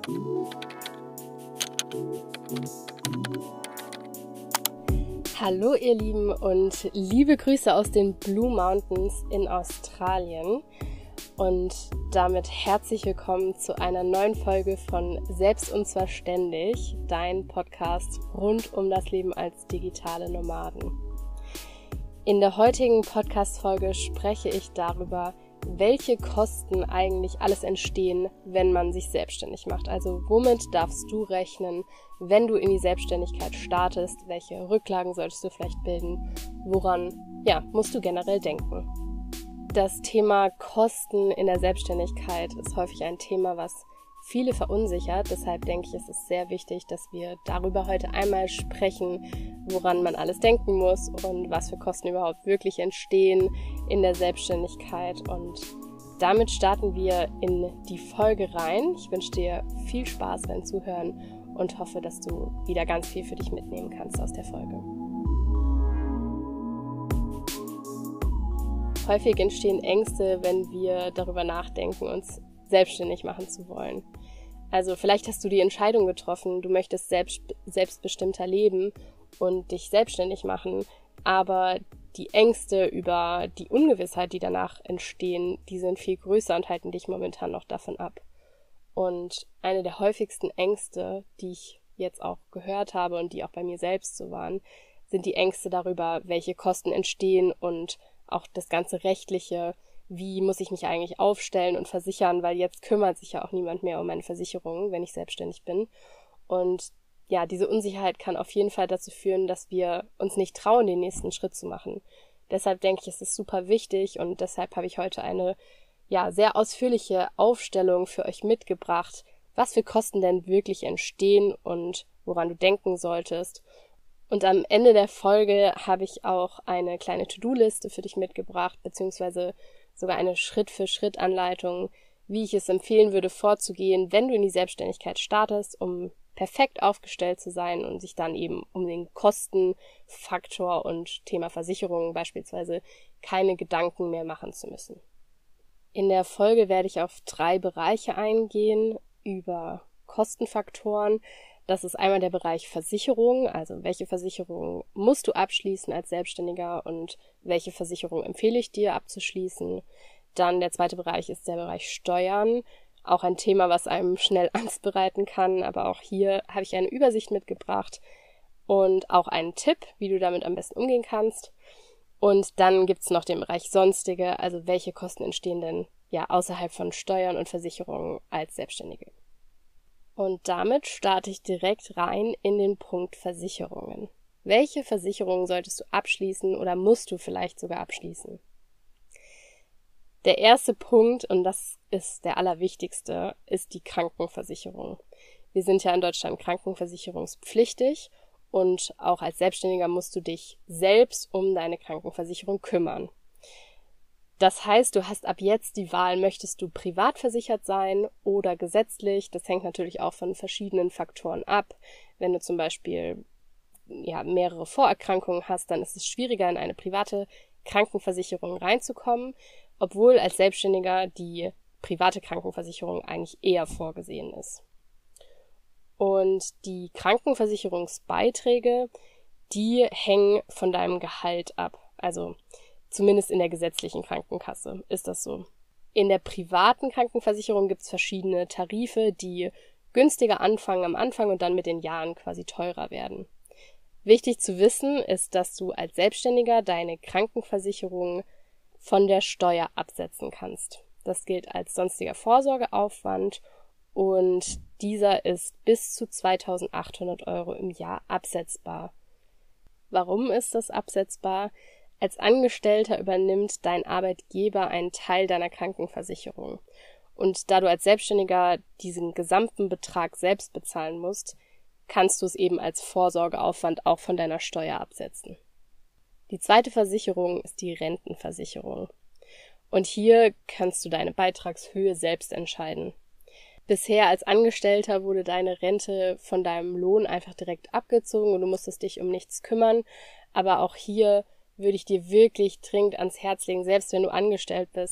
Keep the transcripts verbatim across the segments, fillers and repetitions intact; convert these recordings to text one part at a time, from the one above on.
Hallo ihr Lieben und liebe Grüße aus den Blue Mountains in Australien und damit herzlich willkommen zu einer neuen Folge von Selbst und zwar ständig, dein Podcast rund um das Leben als digitale Nomaden. In der heutigen Podcast-Folge spreche ich darüber, welche Kosten eigentlich alles entstehen, wenn man sich selbstständig macht. Also womit darfst du rechnen, wenn du in die Selbstständigkeit startest? Welche Rücklagen solltest du vielleicht bilden? Woran, ja, musst du generell denken? Das Thema Kosten in der Selbstständigkeit ist häufig ein Thema, was viele verunsichert. Deshalb denke ich, es ist sehr wichtig, dass wir darüber heute einmal sprechen, woran man alles denken muss und was für Kosten überhaupt wirklich entstehen in der Selbstständigkeit. Und damit starten wir in die Folge rein. Ich wünsche dir viel Spaß beim Zuhören und hoffe, dass du wieder ganz viel für dich mitnehmen kannst aus der Folge. Häufig entstehen Ängste, wenn wir darüber nachdenken, uns selbstständig machen zu wollen. Also vielleicht hast du die Entscheidung getroffen, du möchtest selbst, selbstbestimmter leben und dich selbstständig machen, aber die Ängste über die Ungewissheit, die danach entstehen, die sind viel größer und halten dich momentan noch davon ab. Und eine der häufigsten Ängste, die ich jetzt auch gehört habe und die auch bei mir selbst so waren, sind die Ängste darüber, welche Kosten entstehen und auch das ganze Rechtliche. Wie muss ich mich eigentlich aufstellen und versichern, weil jetzt kümmert sich ja auch niemand mehr um meine Versicherung, wenn ich selbstständig bin. Und ja, diese Unsicherheit kann auf jeden Fall dazu führen, dass wir uns nicht trauen, den nächsten Schritt zu machen. Deshalb denke ich, es ist super wichtig und deshalb habe ich heute eine ja sehr ausführliche Aufstellung für euch mitgebracht, was für Kosten denn wirklich entstehen und woran du denken solltest. Und am Ende der Folge habe ich auch eine kleine To-Do-Liste für dich mitgebracht, beziehungsweise sogar eine Schritt-für-Schritt-Anleitung, wie ich es empfehlen würde, vorzugehen, wenn du in die Selbstständigkeit startest, um perfekt aufgestellt zu sein und sich dann eben um den Kostenfaktor und Thema Versicherungen beispielsweise keine Gedanken mehr machen zu müssen. In der Folge werde ich auf drei Bereiche eingehen über Kostenfaktoren. Das ist einmal der Bereich Versicherung, also welche Versicherung musst du abschließen als Selbstständiger und welche Versicherung empfehle ich dir abzuschließen. Dann der zweite Bereich ist der Bereich Steuern, auch ein Thema, was einem schnell Angst bereiten kann, aber auch hier habe ich eine Übersicht mitgebracht und auch einen Tipp, wie du damit am besten umgehen kannst. Und dann gibt's noch den Bereich Sonstige, also welche Kosten entstehen denn ja außerhalb von Steuern und Versicherungen als Selbstständige. Und damit starte ich direkt rein in den Punkt Versicherungen. Welche Versicherungen solltest du abschließen oder musst du vielleicht sogar abschließen? Der erste Punkt, und das ist der allerwichtigste, ist die Krankenversicherung. Wir sind ja in Deutschland krankenversicherungspflichtig und auch als Selbstständiger musst du dich selbst um deine Krankenversicherung kümmern. Das heißt, du hast ab jetzt die Wahl, möchtest du privat versichert sein oder gesetzlich. Das hängt natürlich auch von verschiedenen Faktoren ab. Wenn du zum Beispiel ja, mehrere Vorerkrankungen hast, dann ist es schwieriger, in eine private Krankenversicherung reinzukommen, obwohl als Selbstständiger die private Krankenversicherung eigentlich eher vorgesehen ist. Und die Krankenversicherungsbeiträge, die hängen von deinem Gehalt ab. Also zumindest in der gesetzlichen Krankenkasse ist das so. In der privaten Krankenversicherung gibt es verschiedene Tarife, die günstiger anfangen am Anfang und dann mit den Jahren quasi teurer werden. Wichtig zu wissen ist, dass du als Selbstständiger deine Krankenversicherung von der Steuer absetzen kannst. Das gilt als sonstiger Vorsorgeaufwand und dieser ist bis zu zweitausendachthundert Euro im Jahr absetzbar. Warum ist das absetzbar? Als Angestellter übernimmt dein Arbeitgeber einen Teil deiner Krankenversicherung. Und da du als Selbstständiger diesen gesamten Betrag selbst bezahlen musst, kannst du es eben als Vorsorgeaufwand auch von deiner Steuer absetzen. Die zweite Versicherung ist die Rentenversicherung. Und hier kannst du deine Beitragshöhe selbst entscheiden. Bisher als Angestellter wurde deine Rente von deinem Lohn einfach direkt abgezogen und du musstest dich um nichts kümmern. Aber auch hier würde ich dir wirklich dringend ans Herz legen, selbst wenn du angestellt bist,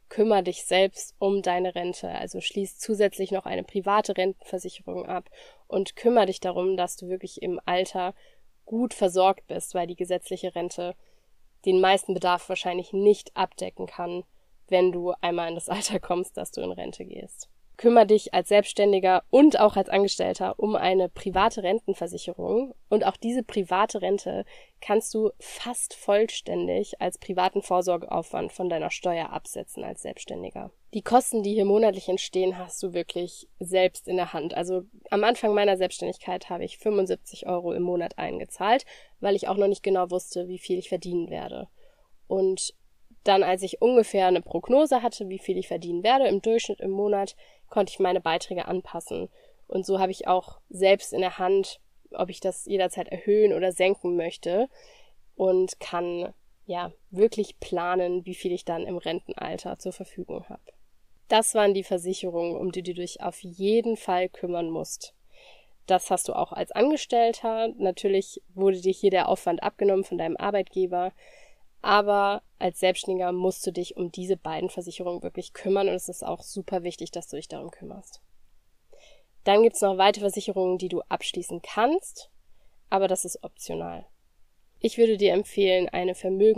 kümmere dich selbst um deine Rente. Also schließ zusätzlich noch eine private Rentenversicherung ab und kümmere dich darum, dass du wirklich im Alter gut versorgt bist, weil die gesetzliche Rente den meisten Bedarf wahrscheinlich nicht abdecken kann, wenn du einmal in das Alter kommst, dass du in Rente gehst. Kümmere dich als Selbstständiger und auch als Angestellter um eine private Rentenversicherung und auch diese private Rente kannst du fast vollständig als privaten Vorsorgeaufwand von deiner Steuer absetzen als Selbstständiger. Die Kosten, die hier monatlich entstehen, hast du wirklich selbst in der Hand. Also am Anfang meiner Selbstständigkeit habe ich fünfundsiebzig Euro im Monat eingezahlt, weil ich auch noch nicht genau wusste, wie viel ich verdienen werde. Und dann, als ich ungefähr eine Prognose hatte, wie viel ich verdienen werde im Durchschnitt im Monat, konnte ich meine Beiträge anpassen. Und so habe ich auch selbst in der Hand, ob ich das jederzeit erhöhen oder senken möchte und kann ja wirklich planen, wie viel ich dann im Rentenalter zur Verfügung habe. Das waren die Versicherungen, um die du dich auf jeden Fall kümmern musst. Das hast du auch als Angestellter. Natürlich wurde dir hier der Aufwand abgenommen von deinem Arbeitgeber. Aber als Selbstständiger musst du dich um diese beiden Versicherungen wirklich kümmern und es ist auch super wichtig, dass du dich darum kümmerst. Dann gibt es noch weitere Versicherungen, die du abschließen kannst, aber das ist optional. Ich würde dir empfehlen, eine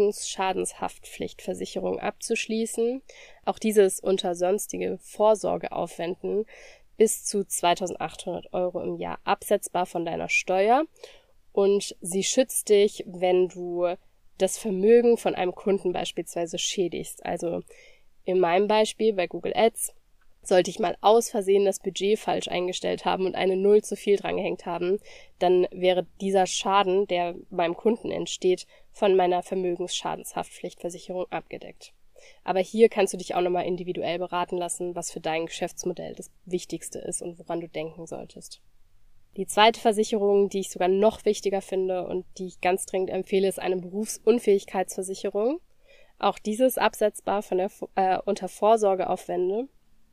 Vermögensschadenshaftpflichtversicherung abzuschließen. Auch diese ist unter sonstige Vorsorgeaufwänden bis zu zweitausendachthundert Euro im Jahr absetzbar von deiner Steuer und sie schützt dich, wenn du das Vermögen von einem Kunden beispielsweise schädigst. Also in meinem Beispiel bei Google Ads sollte ich mal aus Versehen das Budget falsch eingestellt haben und eine Null zu viel drangehängt haben, dann wäre dieser Schaden, der beim Kunden entsteht, von meiner Vermögensschadenshaftpflichtversicherung abgedeckt. Aber hier kannst du dich auch nochmal individuell beraten lassen, was für dein Geschäftsmodell das Wichtigste ist und woran du denken solltest. Die zweite Versicherung, die ich sogar noch wichtiger finde und die ich ganz dringend empfehle, ist eine Berufsunfähigkeitsversicherung. Auch diese ist absetzbar von der, äh, unter Vorsorgeaufwände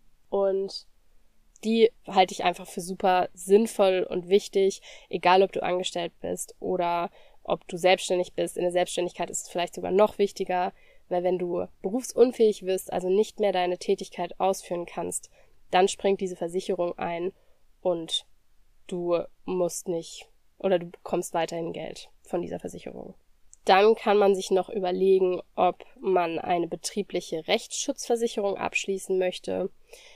und die halte ich einfach für super sinnvoll und wichtig, egal ob du angestellt bist oder ob du selbstständig bist. In der Selbstständigkeit ist es vielleicht sogar noch wichtiger, weil wenn du berufsunfähig wirst, also nicht mehr deine Tätigkeit ausführen kannst, dann springt diese Versicherung ein und du musst nicht oder du bekommst weiterhin Geld von dieser Versicherung. Dann kann man sich noch überlegen, ob man eine betriebliche Rechtsschutzversicherung abschließen möchte.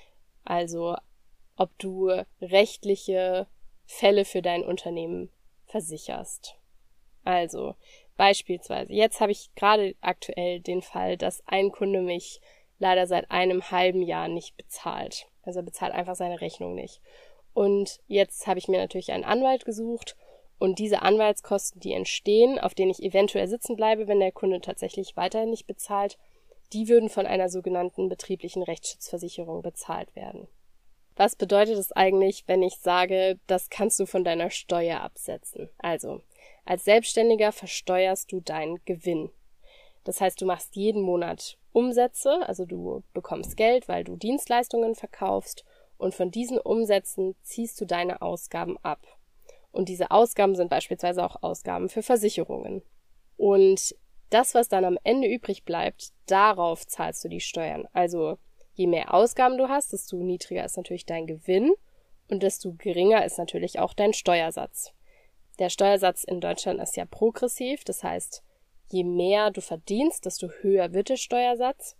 Also ob du rechtliche Fälle für dein Unternehmen versicherst. Also beispielsweise, jetzt habe ich gerade aktuell den Fall, dass ein Kunde mich leider seit einem halben Jahr nicht bezahlt. Also er bezahlt einfach seine Rechnung nicht. Und jetzt habe ich mir natürlich einen Anwalt gesucht und diese Anwaltskosten, die entstehen, auf denen ich eventuell sitzen bleibe, wenn der Kunde tatsächlich weiterhin nicht bezahlt, die würden von einer sogenannten betrieblichen Rechtsschutzversicherung bezahlt werden. Was bedeutet es eigentlich, wenn ich sage, das kannst du von deiner Steuer absetzen? Also, als Selbstständiger versteuerst du deinen Gewinn. Das heißt, du machst jeden Monat Umsätze, also du bekommst Geld, weil du Dienstleistungen verkaufst. Und von diesen Umsätzen ziehst du deine Ausgaben ab. Und diese Ausgaben sind beispielsweise auch Ausgaben für Versicherungen. Und das, was dann am Ende übrig bleibt, darauf zahlst du die Steuern. Also je mehr Ausgaben du hast, desto niedriger ist natürlich dein Gewinn und desto geringer ist natürlich auch dein Steuersatz. Der Steuersatz in Deutschland ist ja progressiv, das heißt, je mehr du verdienst, desto höher wird der Steuersatz.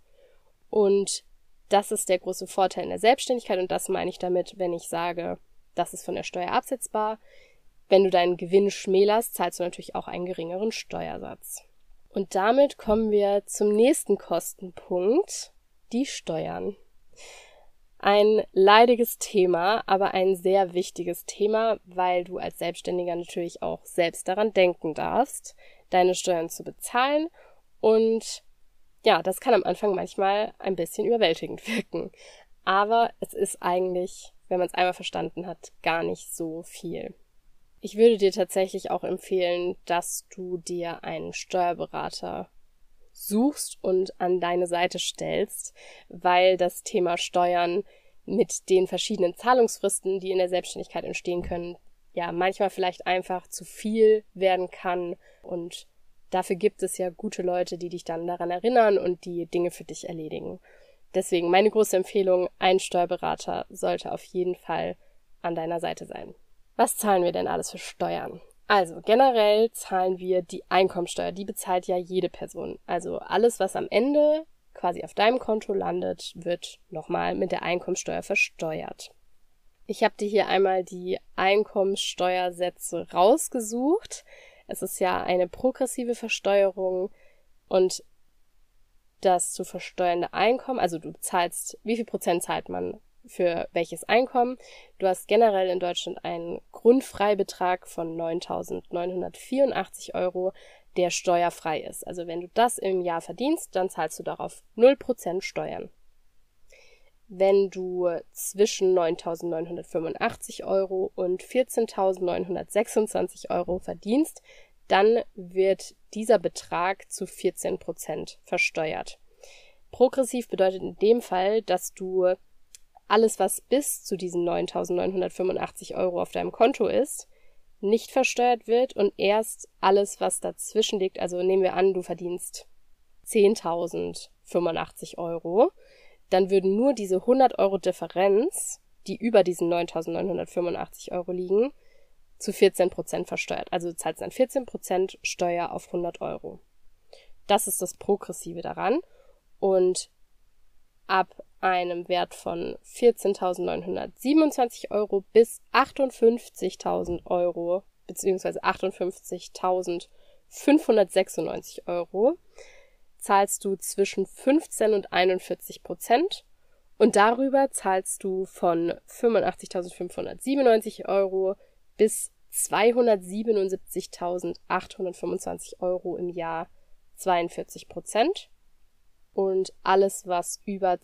Und das ist der große Vorteil in der Selbstständigkeit und das meine ich damit, wenn ich sage, das ist von der Steuer absetzbar. Wenn du deinen Gewinn schmälerst, zahlst du natürlich auch einen geringeren Steuersatz. Und damit kommen wir zum nächsten Kostenpunkt, die Steuern. Ein leidiges Thema, aber ein sehr wichtiges Thema, weil du als Selbstständiger natürlich auch selbst daran denken darfst, deine Steuern zu bezahlen und ja, das kann am Anfang manchmal ein bisschen überwältigend wirken. Aber es ist eigentlich, wenn man es einmal verstanden hat, gar nicht so viel. Ich würde dir tatsächlich auch empfehlen, dass du dir einen Steuerberater suchst und an deine Seite stellst, weil das Thema Steuern mit den verschiedenen Zahlungsfristen, die in der Selbstständigkeit entstehen können, ja manchmal vielleicht einfach zu viel werden kann und dafür gibt es ja gute Leute, die dich dann daran erinnern und die Dinge für dich erledigen. Deswegen meine große Empfehlung, ein Steuerberater sollte auf jeden Fall an deiner Seite sein. Was zahlen wir denn alles für Steuern? Also generell zahlen wir die Einkommensteuer, die bezahlt ja jede Person. Also alles, was am Ende quasi auf deinem Konto landet, wird nochmal mit der Einkommensteuer versteuert. Ich habe dir hier einmal die Einkommensteuersätze rausgesucht. Es ist ja eine progressive Versteuerung und das zu versteuernde Einkommen, also du zahlst, wie viel Prozent zahlt man für welches Einkommen? Du hast generell in Deutschland einen Grundfreibetrag von neuntausendneunhundertvierundachtzig Euro, der steuerfrei ist. Also wenn du das im Jahr verdienst, dann zahlst du darauf null Prozent Steuern. Wenn du zwischen neuntausendneunhundertfünfundachtzig Euro und vierzehntausendneunhundertsechsundzwanzig Euro verdienst, dann wird dieser Betrag zu vierzehn Prozent versteuert. Progressiv bedeutet in dem Fall, dass du alles, was bis zu diesen neuntausendneunhundertfünfundachtzig Euro auf deinem Konto ist, nicht versteuert wird und erst alles, was dazwischen liegt, also nehmen wir an, du verdienst zehntausendfünfundachtzig Euro, dann würden nur diese hundert Euro Differenz, die über diesen neuntausendneunhundertfünfundachtzig Euro liegen, zu vierzehn Prozent versteuert. Also du zahlst dann vierzehn Prozent Steuer auf hundert Euro. Das ist das Progressive daran. Und ab einem Wert von vierzehntausendneunhundertsiebenundzwanzig Euro bis achtundfünfzigtausend Euro beziehungsweise achtundfünfzigtausendfünfhundertsechsundneunzig Euro zahlst du zwischen fünfzehn und einundvierzig Prozent und darüber zahlst du von fünfundachtzigtausendfünfhundertsiebenundneunzig Euro bis zweihundertsiebenundsiebzigtausendachthundertfünfundzwanzig Euro im Jahr zweiundvierzig Prozent. Und alles, was über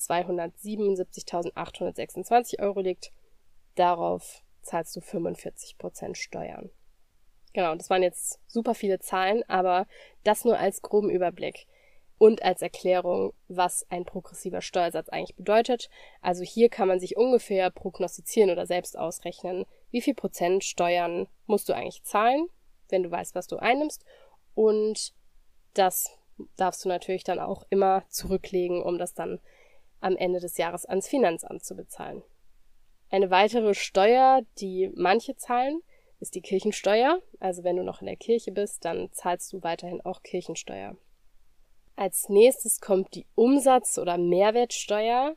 zweihundertsiebenundsiebzigtausendachthundertsechsundzwanzig Euro liegt, darauf zahlst du fünfundvierzig Prozent Steuern. Genau, das waren jetzt super viele Zahlen, aber das nur als groben Überblick und als Erklärung, was ein progressiver Steuersatz eigentlich bedeutet. Also hier kann man sich ungefähr prognostizieren oder selbst ausrechnen, wie viel Prozent Steuern musst du eigentlich zahlen, wenn du weißt, was du einnimmst. Und das darfst du natürlich dann auch immer zurücklegen, um das dann am Ende des Jahres ans Finanzamt zu bezahlen. Eine weitere Steuer, die manche zahlen, ist die Kirchensteuer. Also wenn du noch in der Kirche bist, dann zahlst du weiterhin auch Kirchensteuer. Als nächstes kommt die Umsatz- oder Mehrwertsteuer.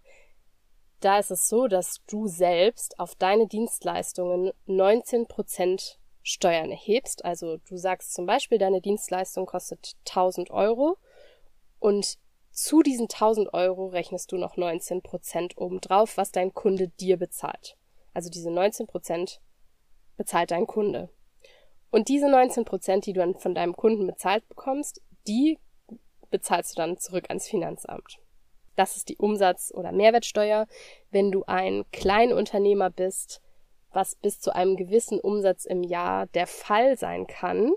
Da ist es so, dass du selbst auf deine Dienstleistungen neunzehn Prozent Steuern erhebst. Also du sagst zum Beispiel, deine Dienstleistung kostet tausend Euro und zu diesen tausend Euro rechnest du noch neunzehn Prozent obendrauf, was dein Kunde dir bezahlt. Also diese neunzehn Prozent bezahlt dein Kunde. Und diese neunzehn Prozent, die du dann von deinem Kunden bezahlt bekommst, die bezahlst du dann zurück ans Finanzamt. Das ist die Umsatz- oder Mehrwertsteuer. Wenn du ein Kleinunternehmer bist, was bis zu einem gewissen Umsatz im Jahr der Fall sein kann,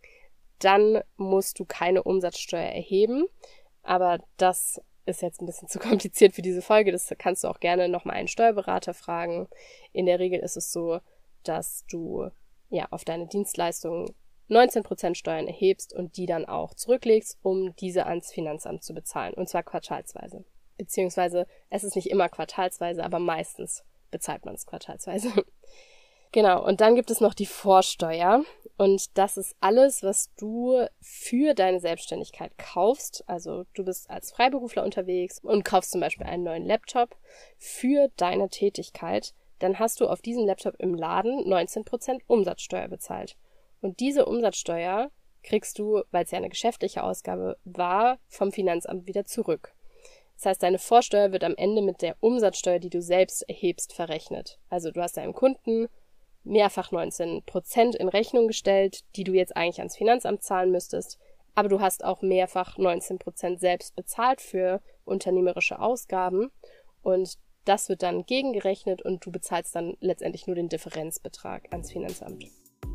dann musst du keine Umsatzsteuer erheben. Aber das ist jetzt ein bisschen zu kompliziert für diese Folge. Das kannst du auch gerne nochmal einen Steuerberater fragen. In der Regel ist es so, dass du ja auf deine Dienstleistungen neunzehn Prozent Steuern erhebst und die dann auch zurücklegst, um diese ans Finanzamt zu bezahlen. Und zwar quartalsweise. Beziehungsweise es ist nicht immer quartalsweise, aber meistens bezahlt man es quartalsweise. Genau, und dann gibt es noch die Vorsteuer. Und das ist alles, was du für deine Selbstständigkeit kaufst. Also du bist als Freiberufler unterwegs und kaufst zum Beispiel einen neuen Laptop für deine Tätigkeit. Dann hast du auf diesen Laptop im Laden neunzehn Prozent Umsatzsteuer bezahlt. Und diese Umsatzsteuer kriegst du, weil es ja eine geschäftliche Ausgabe war, vom Finanzamt wieder zurück. Das heißt, deine Vorsteuer wird am Ende mit der Umsatzsteuer, die du selbst erhebst, verrechnet. Also du hast deinem Kunden mehrfach neunzehn Prozent in Rechnung gestellt, die du jetzt eigentlich ans Finanzamt zahlen müsstest, aber du hast auch mehrfach neunzehn Prozent selbst bezahlt für unternehmerische Ausgaben und das wird dann gegengerechnet und du bezahlst dann letztendlich nur den Differenzbetrag ans Finanzamt.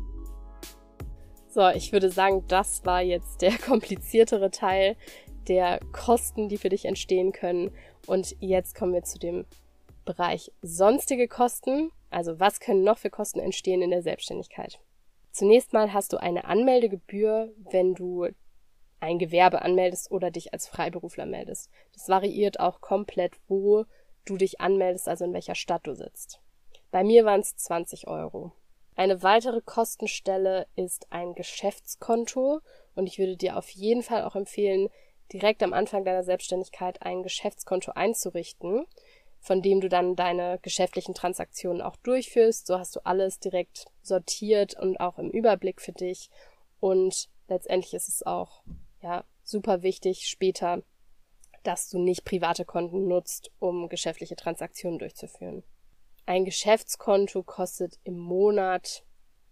So, ich würde sagen, das war jetzt der kompliziertere Teil der Kosten, die für dich entstehen können. Und jetzt kommen wir zu dem Bereich sonstige Kosten. Also was können noch für Kosten entstehen in der Selbstständigkeit? Zunächst mal hast du eine Anmeldegebühr, wenn du ein Gewerbe anmeldest oder dich als Freiberufler meldest. Das variiert auch komplett, wo du dich anmeldest, also in welcher Stadt du sitzt. Bei mir waren es zwanzig Euro. Eine weitere Kostenstelle ist ein Geschäftskonto und ich würde dir auf jeden Fall auch empfehlen, direkt am Anfang deiner Selbstständigkeit ein Geschäftskonto einzurichten, von dem du dann deine geschäftlichen Transaktionen auch durchführst. So hast du alles direkt sortiert und auch im Überblick für dich. Und letztendlich ist es auch ja super wichtig später, dass du nicht private Konten nutzt, um geschäftliche Transaktionen durchzuführen. Ein Geschäftskonto kostet im Monat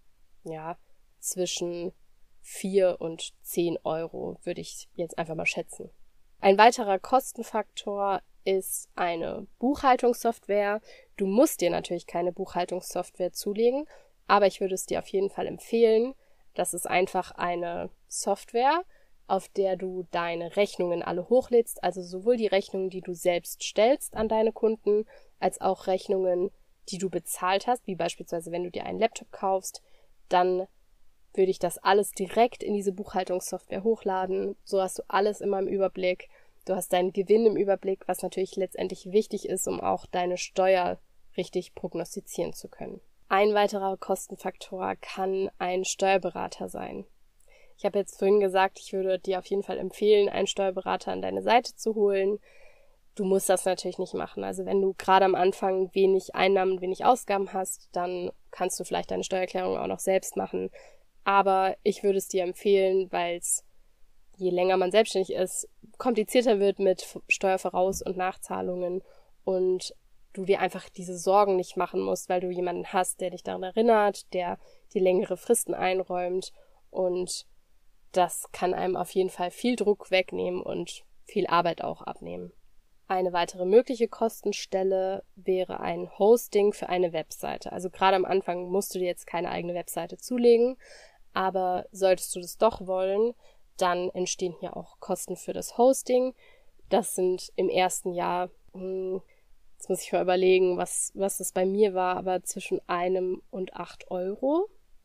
ja zwischen vier und zehn Euro, würde ich jetzt einfach mal schätzen. Ein weiterer Kostenfaktor ist eine Buchhaltungssoftware. Du musst dir natürlich keine Buchhaltungssoftware zulegen, aber ich würde es dir auf jeden Fall empfehlen. Das ist einfach eine Software, auf der du deine Rechnungen alle hochlädst, also sowohl die Rechnungen, die du selbst stellst an deine Kunden, als auch Rechnungen, die du bezahlt hast, wie beispielsweise wenn du dir einen Laptop kaufst, dann würde ich das alles direkt in diese Buchhaltungssoftware hochladen. So hast du alles immer im Überblick. Du hast deinen Gewinn im Überblick, was natürlich letztendlich wichtig ist, um auch deine Steuer richtig prognostizieren zu können. Ein weiterer Kostenfaktor kann ein Steuerberater sein. Ich habe jetzt vorhin gesagt, ich würde dir auf jeden Fall empfehlen, einen Steuerberater an deine Seite zu holen. Du musst das natürlich nicht machen. Also wenn du gerade am Anfang wenig Einnahmen, wenig Ausgaben hast, dann kannst du vielleicht deine Steuererklärung auch noch selbst machen. Aber ich würde es dir empfehlen, weil es, je länger man selbstständig ist, komplizierter wird mit Steuervoraus- und Nachzahlungen und du dir einfach diese Sorgen nicht machen musst, weil du jemanden hast, der dich daran erinnert, der dir längere Fristen einräumt, und das kann einem auf jeden Fall viel Druck wegnehmen und viel Arbeit auch abnehmen. Eine weitere mögliche Kostenstelle wäre ein Hosting für eine Webseite. Also gerade am Anfang musst du dir jetzt keine eigene Webseite zulegen, aber solltest du das doch wollen, dann entstehen hier auch Kosten für das Hosting. Das sind im ersten Jahr, hm, jetzt muss ich mal überlegen, was, was das bei mir war, aber zwischen einem und acht Euro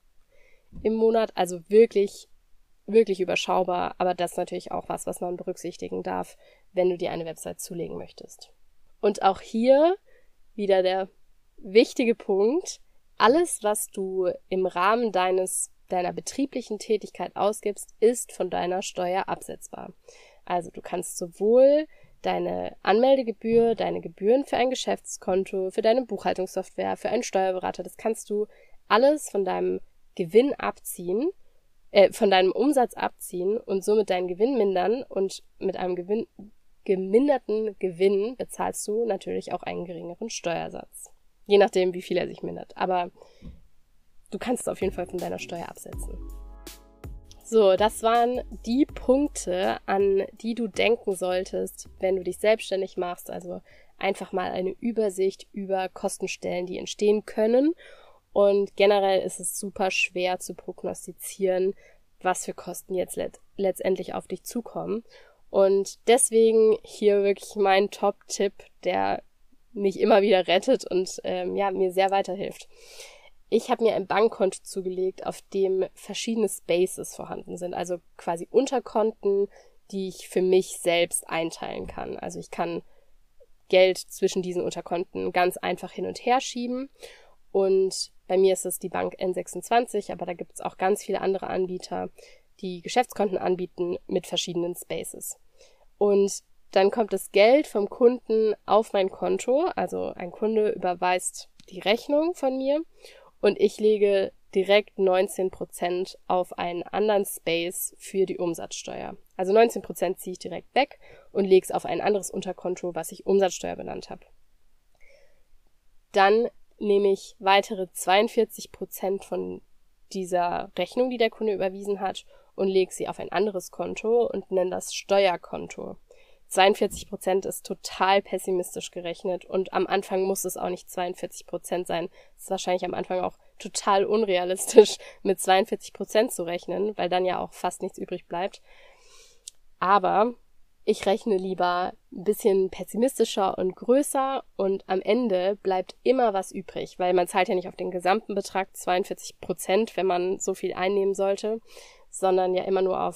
im Monat. Also wirklich, wirklich überschaubar, aber das ist natürlich auch was, was man berücksichtigen darf, wenn du dir eine Website zulegen möchtest. Und auch hier wieder der wichtige Punkt: Alles, was du im Rahmen deines deiner betrieblichen Tätigkeit ausgibst, ist von deiner Steuer absetzbar. Also du kannst sowohl deine Anmeldegebühr, deine Gebühren für ein Geschäftskonto, für deine Buchhaltungssoftware, für einen Steuerberater, das kannst du alles von deinem Gewinn abziehen, äh, von deinem Umsatz abziehen und somit deinen Gewinn mindern, und mit einem Gewinn, geminderten Gewinn bezahlst du natürlich auch einen geringeren Steuersatz. Je nachdem, wie viel er sich mindert. Aber du kannst es auf jeden Fall von deiner Steuer absetzen. So, das waren die Punkte, an die du denken solltest, wenn du dich selbstständig machst. Also einfach mal eine Übersicht über Kostenstellen, die entstehen können. Und generell ist es super schwer zu prognostizieren, was für Kosten jetzt let- letztendlich auf dich zukommen. Und deswegen hier wirklich mein Top-Tipp, der mich immer wieder rettet und ähm, ja mir sehr weiterhilft. Ich habe mir ein Bankkonto zugelegt, auf dem verschiedene Spaces vorhanden sind, also quasi Unterkonten, die ich für mich selbst einteilen kann. Also ich kann Geld zwischen diesen Unterkonten ganz einfach hin und her schieben, und bei mir ist es die Bank N sechsundzwanzig, aber da gibt es auch ganz viele andere Anbieter, die Geschäftskonten anbieten mit verschiedenen Spaces. Und dann kommt das Geld vom Kunden auf mein Konto, also ein Kunde überweist die Rechnung von mir und ich lege direkt neunzehn Prozent auf einen anderen Space für die Umsatzsteuer. Also neunzehn Prozent ziehe ich direkt weg und lege es auf ein anderes Unterkonto, was ich Umsatzsteuer benannt habe. Dann nehme ich weitere zweiundvierzig Prozent von dieser Rechnung, die der Kunde überwiesen hat, und lege sie auf ein anderes Konto und nenne das Steuerkonto. zweiundvierzig Prozent ist total pessimistisch gerechnet und am Anfang muss es auch nicht zweiundvierzig Prozent sein. Es ist wahrscheinlich am Anfang auch total unrealistisch, mit zweiundvierzig Prozent zu rechnen, weil dann ja auch fast nichts übrig bleibt. Aber ich rechne lieber ein bisschen pessimistischer und größer, und am Ende bleibt immer was übrig, weil man zahlt ja nicht auf den gesamten Betrag zweiundvierzig Prozent, wenn man so viel einnehmen sollte, sondern ja immer nur auf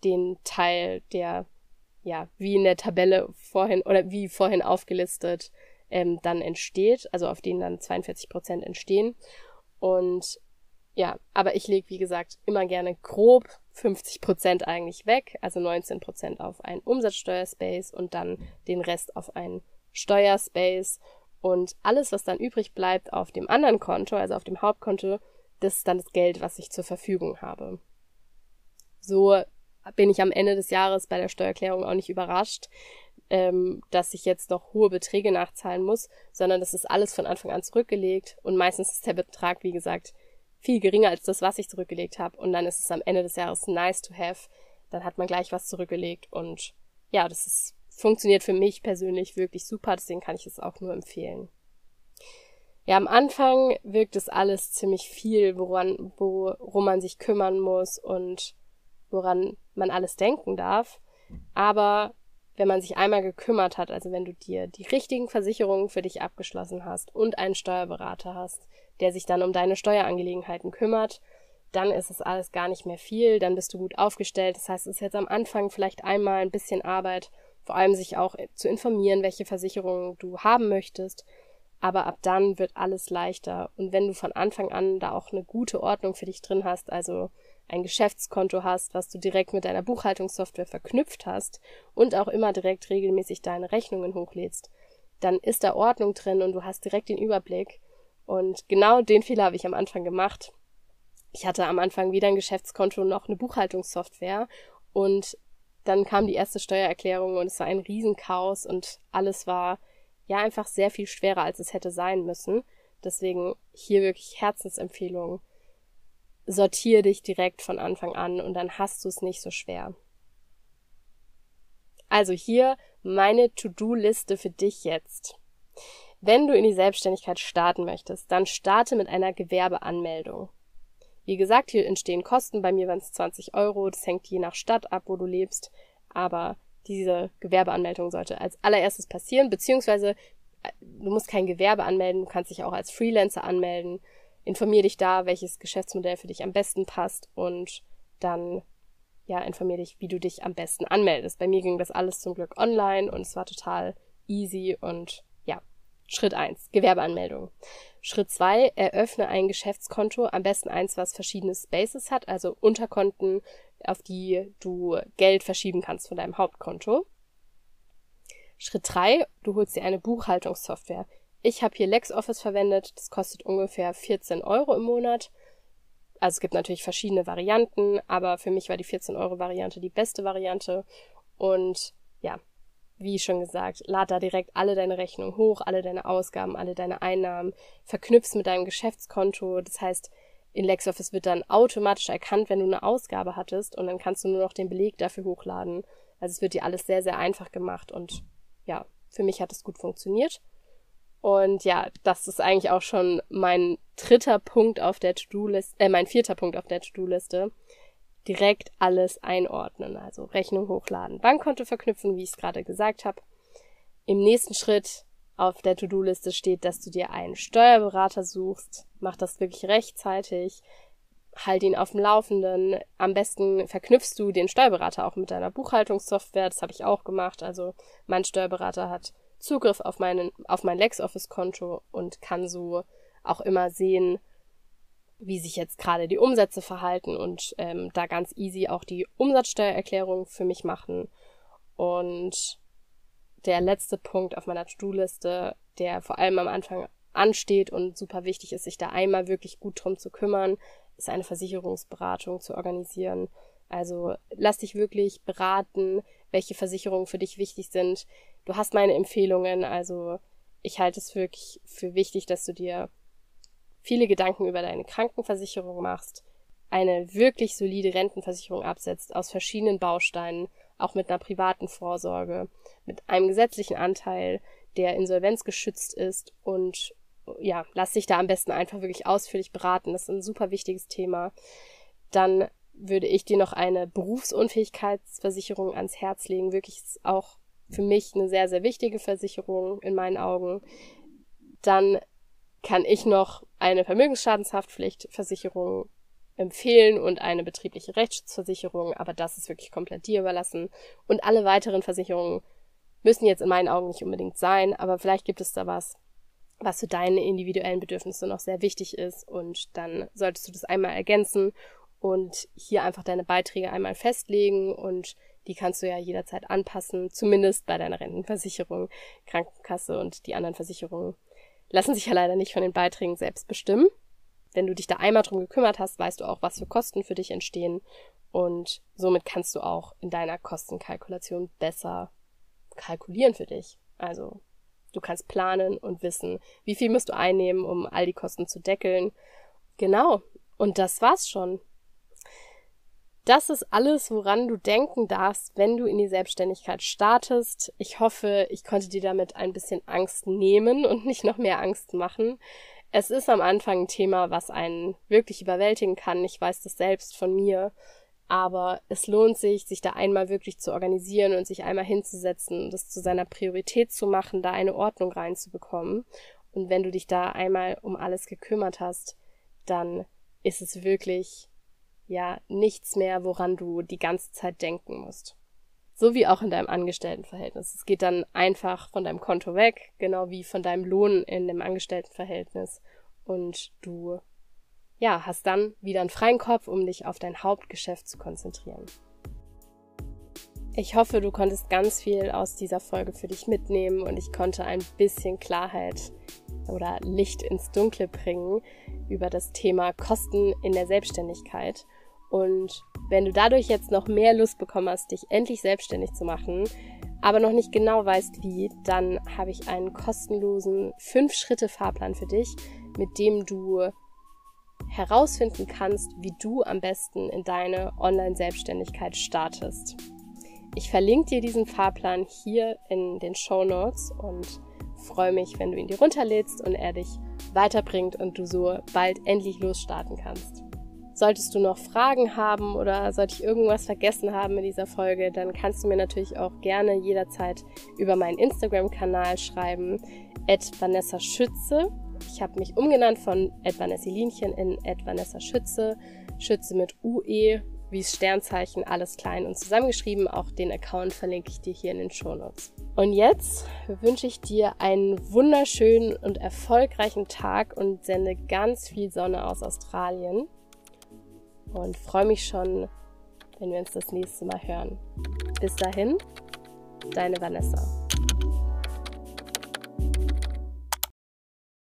den Teil, der ja wie in der Tabelle vorhin oder wie vorhin aufgelistet ähm, dann entsteht, also auf denen dann zweiundvierzig Prozent entstehen. Und ja, aber ich lege, wie gesagt, immer gerne grob fünfzig Prozent eigentlich weg, also neunzehn Prozent auf einen Umsatzsteuerspace und dann den Rest auf einen Steuerspace. Und alles, was dann übrig bleibt auf dem anderen Konto, also auf dem Hauptkonto, das ist dann das Geld, was ich zur Verfügung habe. So bin ich am Ende des Jahres bei der Steuererklärung auch nicht überrascht, ähm, dass ich jetzt noch hohe Beträge nachzahlen muss, sondern das ist alles von Anfang an zurückgelegt und meistens ist der Betrag, wie gesagt, viel geringer als das, was ich zurückgelegt habe und dann ist es am Ende des Jahres nice to have, dann hat man gleich was zurückgelegt und ja, das ist, funktioniert für mich persönlich wirklich super, deswegen kann ich es auch nur empfehlen. Ja, am Anfang wirkt es alles ziemlich viel, woran, worum man sich kümmern muss und woran man alles denken darf, aber wenn man sich einmal gekümmert hat, also wenn du dir die richtigen Versicherungen für dich abgeschlossen hast und einen Steuerberater hast, der sich dann um deine Steuerangelegenheiten kümmert, dann ist es alles gar nicht mehr viel, dann bist du gut aufgestellt. Das heißt, es ist jetzt am Anfang vielleicht einmal ein bisschen Arbeit, vor allem sich auch zu informieren, welche Versicherungen du haben möchtest, aber ab dann wird alles leichter. Und wenn du von Anfang an da auch eine gute Ordnung für dich drin hast, also ein Geschäftskonto hast, was du direkt mit deiner Buchhaltungssoftware verknüpft hast und auch immer direkt regelmäßig deine Rechnungen hochlädst, dann ist da Ordnung drin und du hast direkt den Überblick. Und genau den Fehler habe ich am Anfang gemacht. Ich hatte am Anfang weder ein Geschäftskonto noch eine Buchhaltungssoftware und dann kam die erste Steuererklärung und es war ein Riesenchaos und alles war ja einfach sehr viel schwerer, als es hätte sein müssen. Deswegen hier wirklich Herzensempfehlung. Sortiere dich direkt von Anfang an und dann hast du es nicht so schwer. Also hier meine To-Do-Liste für dich jetzt. Wenn du in die Selbstständigkeit starten möchtest, dann starte mit einer Gewerbeanmeldung. Wie gesagt, hier entstehen Kosten, bei mir waren es zwanzig Euro, das hängt je nach Stadt ab, wo du lebst, aber diese Gewerbeanmeldung sollte als allererstes passieren, beziehungsweise du musst kein Gewerbe anmelden, du kannst dich auch als Freelancer anmelden. Informier dich da, welches Geschäftsmodell für dich am besten passt und dann ja, informier dich, wie du dich am besten anmeldest. Bei mir ging das alles zum Glück online und es war total easy und ja, Schritt eins, Gewerbeanmeldung. Schritt zwei, eröffne ein Geschäftskonto, am besten eins, was verschiedene Spaces hat, also Unterkonten, auf die du Geld verschieben kannst von deinem Hauptkonto. Schritt drei, du holst dir eine Buchhaltungssoftware. Ich habe hier LexOffice verwendet, das kostet ungefähr vierzehn Euro im Monat. Also es gibt natürlich verschiedene Varianten, aber für mich war die vierzehn Euro Variante die beste Variante. Und ja, wie schon gesagt, lad da direkt alle deine Rechnungen hoch, alle deine Ausgaben, alle deine Einnahmen, verknüpf's mit deinem Geschäftskonto. Das heißt, in LexOffice wird dann automatisch erkannt, wenn du eine Ausgabe hattest und dann kannst du nur noch den Beleg dafür hochladen. Also es wird dir alles sehr, sehr einfach gemacht und ja, für mich hat es gut funktioniert. Und ja, das ist eigentlich auch schon mein dritter Punkt auf der To-Do-Liste, äh, mein vierter Punkt auf der To-Do-Liste. Direkt alles einordnen, also Rechnung hochladen, Bankkonto verknüpfen, wie ich es gerade gesagt habe. Im nächsten Schritt auf der To-Do-Liste steht, dass du dir einen Steuerberater suchst. Mach das wirklich rechtzeitig, halt ihn auf dem Laufenden. Am besten verknüpfst du den Steuerberater auch mit deiner Buchhaltungssoftware. Das habe ich auch gemacht. Also mein Steuerberater hat Zugriff auf meinen, auf mein LexOffice-Konto und kann so auch immer sehen, wie sich jetzt gerade die Umsätze verhalten und ähm, da ganz easy auch die Umsatzsteuererklärung für mich machen. Und der letzte Punkt auf meiner To-Do-Liste, der vor allem am Anfang ansteht und super wichtig ist, sich da einmal wirklich gut drum zu kümmern, ist eine Versicherungsberatung zu organisieren. Also lass dich wirklich beraten, welche Versicherungen für dich wichtig sind. Du hast meine Empfehlungen, also ich halte es wirklich für wichtig, dass du dir viele Gedanken über deine Krankenversicherung machst, eine wirklich solide Rentenversicherung absetzt aus verschiedenen Bausteinen, auch mit einer privaten Vorsorge, mit einem gesetzlichen Anteil, der insolvenzgeschützt ist und ja, lass dich da am besten einfach wirklich ausführlich beraten. Das ist ein super wichtiges Thema. Dann würde ich dir noch eine Berufsunfähigkeitsversicherung ans Herz legen. Wirklich ist auch für mich eine sehr, sehr wichtige Versicherung in meinen Augen. Dann kann ich noch eine Vermögensschadenshaftpflichtversicherung empfehlen und eine betriebliche Rechtsschutzversicherung, aber das ist wirklich komplett dir überlassen. Und alle weiteren Versicherungen müssen jetzt in meinen Augen nicht unbedingt sein, aber vielleicht gibt es da was, was für deine individuellen Bedürfnisse noch sehr wichtig ist, und dann solltest du das einmal ergänzen und hier einfach deine Beiträge einmal festlegen, und die kannst du ja jederzeit anpassen, zumindest bei deiner Rentenversicherung. Krankenkasse und die anderen Versicherungen lassen sich ja leider nicht von den Beiträgen selbst bestimmen. Wenn du dich da einmal drum gekümmert hast, weißt du auch, was für Kosten für dich entstehen, und somit kannst du auch in deiner Kostenkalkulation besser kalkulieren für dich. Also du kannst planen und wissen, wie viel musst du einnehmen, um all die Kosten zu deckeln. Genau, und das war's schon. Das ist alles, woran du denken darfst, wenn du in die Selbstständigkeit startest. Ich hoffe, ich konnte dir damit ein bisschen Angst nehmen und nicht noch mehr Angst machen. Es ist am Anfang ein Thema, was einen wirklich überwältigen kann. Ich weiß das selbst von mir. Aber es lohnt sich, sich da einmal wirklich zu organisieren und sich einmal hinzusetzen, das zu seiner Priorität zu machen, da eine Ordnung reinzubekommen. Und wenn du dich da einmal um alles gekümmert hast, dann ist es wirklich ja nichts mehr, woran du die ganze Zeit denken musst. So wie auch in deinem Angestelltenverhältnis. Es geht dann einfach von deinem Konto weg, genau wie von deinem Lohn in dem Angestelltenverhältnis. Und du ja, hast dann wieder einen freien Kopf, um dich auf dein Hauptgeschäft zu konzentrieren. Ich hoffe, du konntest ganz viel aus dieser Folge für dich mitnehmen und ich konnte ein bisschen Klarheit oder Licht ins Dunkle bringen über das Thema Kosten in der Selbstständigkeit. Und wenn du dadurch jetzt noch mehr Lust bekommen hast, dich endlich selbstständig zu machen, aber noch nicht genau weißt wie, dann habe ich einen kostenlosen fünf Schritte Fahrplan für dich, mit dem du herausfinden kannst, wie du am besten in deine Online-Selbstständigkeit startest. Ich verlinke dir diesen Fahrplan hier in den Shownotes und freue mich, wenn du ihn dir runterlädst und er dich weiterbringt und du so bald endlich losstarten kannst. Solltest du noch Fragen haben oder sollte ich irgendwas vergessen haben in dieser Folge, dann kannst du mir natürlich auch gerne jederzeit über meinen Instagram-Kanal schreiben, at Vanessa Schütze. Ich habe mich umgenannt von at Vanessilinchen in at Vanessa Schütze. Schütze mit U E, wie Sternzeichen, alles klein und zusammengeschrieben. Auch den Account verlinke ich dir hier in den Shownotes. Und jetzt wünsche ich dir einen wunderschönen und erfolgreichen Tag und sende ganz viel Sonne aus Australien. Und freue mich schon, wenn wir uns das nächste Mal hören. Bis dahin, deine Vanessa.